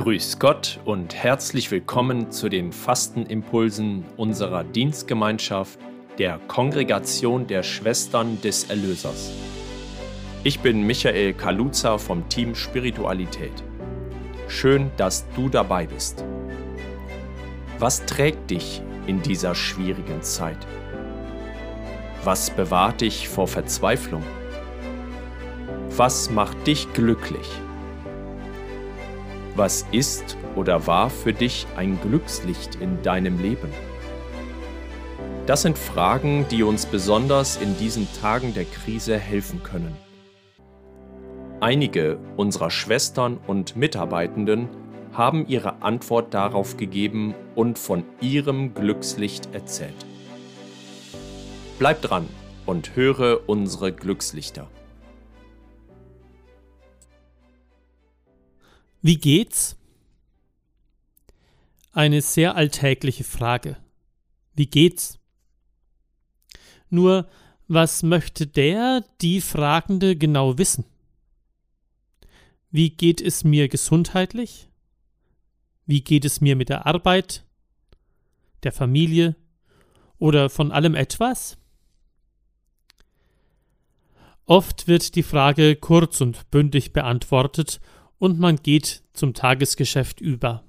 Grüß Gott und herzlich willkommen zu den Fastenimpulsen unserer Dienstgemeinschaft der Kongregation der Schwestern des Erlösers. Ich bin Michael Kaluza vom Team Spiritualität. Schön, dass du dabei bist. Was trägt dich in dieser schwierigen Zeit? Was bewahrt dich vor Verzweiflung? Was macht dich glücklich? Was ist oder war für dich ein Glückslicht in deinem Leben? Das sind Fragen, die uns besonders in diesen Tagen der Krise helfen können. Einige unserer Schwestern und Mitarbeitenden haben ihre Antwort darauf gegeben und von ihrem Glückslicht erzählt. Bleib dran und höre unsere Glückslichter. Wie geht's? Eine sehr alltägliche Frage. Wie geht's? Nur, was möchte die Fragende genau wissen? Wie geht es mir gesundheitlich? Wie geht es mir mit der Arbeit, der Familie oder von allem etwas? Oft wird die Frage kurz und bündig beantwortet und man geht zum Tagesgeschäft über.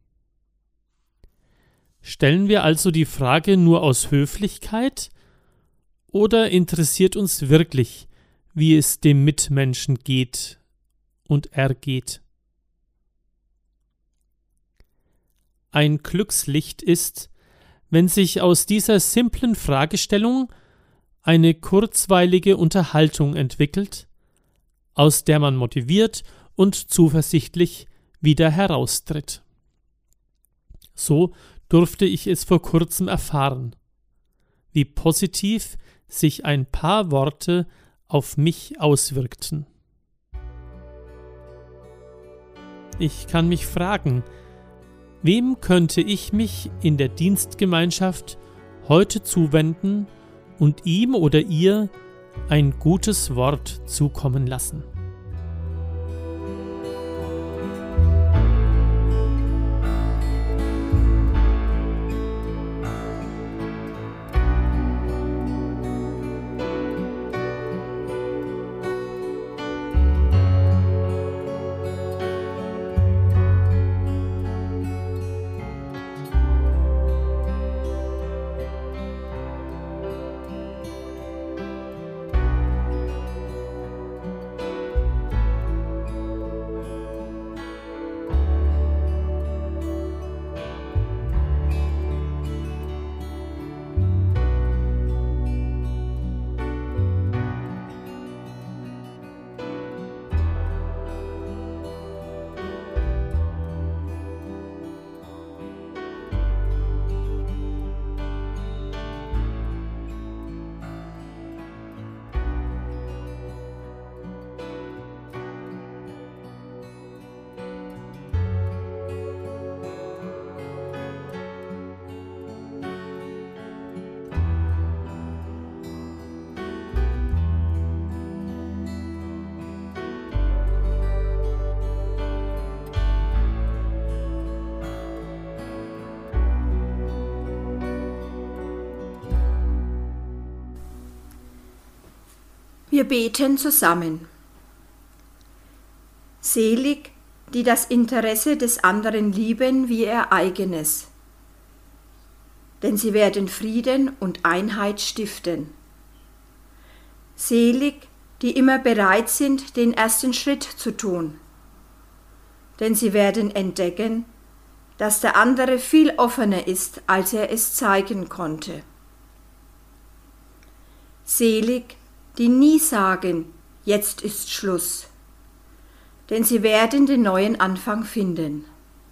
Stellen wir also die Frage nur aus Höflichkeit oder interessiert uns wirklich, wie es dem Mitmenschen geht und ergeht? Ein Glückslicht ist, wenn sich aus dieser simplen Fragestellung eine kurzweilige Unterhaltung entwickelt, aus der man motiviert und zuversichtlich wieder heraustritt. So durfte ich es vor kurzem erfahren, wie positiv sich ein paar Worte auf mich auswirkten. Ich kann mich fragen, wem könnte ich mich in der Dienstgemeinschaft heute zuwenden und ihm oder ihr ein gutes Wort zukommen lassen? Wir beten zusammen. Selig, die das Interesse des anderen lieben wie ihr eigenes, denn sie werden Frieden und Einheit stiften. Selig, die immer bereit sind, den ersten Schritt zu tun, denn sie werden entdecken, dass der andere viel offener ist, als er es zeigen konnte. Selig, die nie sagen, jetzt ist Schluss, denn sie werden den neuen Anfang finden.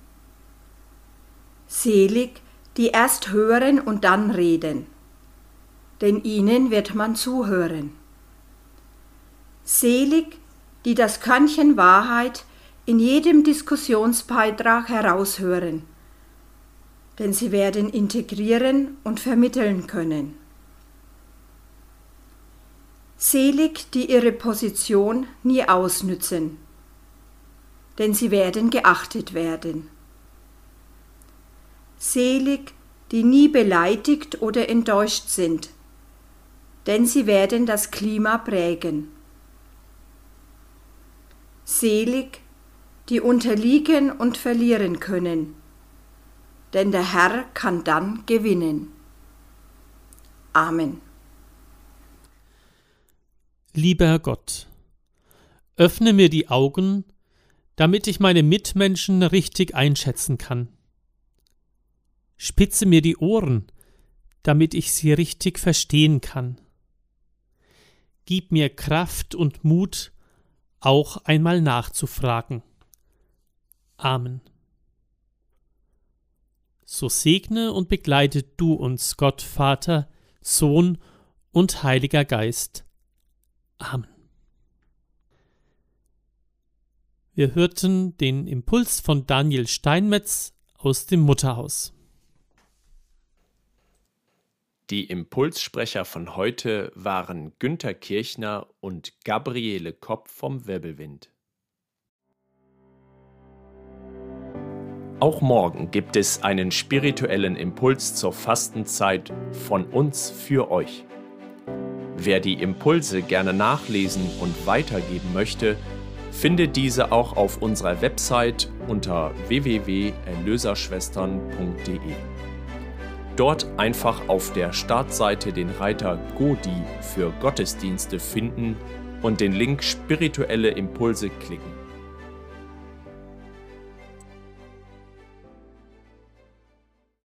Selig, die erst hören und dann reden, denn ihnen wird man zuhören. Selig, die das Körnchen Wahrheit in jedem Diskussionsbeitrag heraushören, denn sie werden integrieren und vermitteln können. Selig, die ihre Position nie ausnützen, denn sie werden geachtet werden. Selig, die nie beleidigt oder enttäuscht sind, denn sie werden das Klima prägen. Selig, die unterliegen und verlieren können, denn der Herr kann dann gewinnen. Amen. Lieber Gott, öffne mir die Augen, damit ich meine Mitmenschen richtig einschätzen kann. Spitze mir die Ohren, damit ich sie richtig verstehen kann. Gib mir Kraft und Mut, auch einmal nachzufragen. Amen. So segne und begleite du uns, Gott, Vater, Sohn und Heiliger Geist. Amen. Wir hörten den Impuls von Daniel Steinmetz aus dem Mutterhaus. Die Impulssprecher von heute waren Günther Kirchner und Gabriele Kopp vom Wirbelwind. Auch morgen gibt es einen spirituellen Impuls zur Fastenzeit von uns für euch. Wer die Impulse gerne nachlesen und weitergeben möchte, findet diese auch auf unserer Website unter www.erlöserschwestern.de. Dort einfach auf der Startseite den Reiter Godi für Gottesdienste finden und den Link Spirituelle Impulse klicken.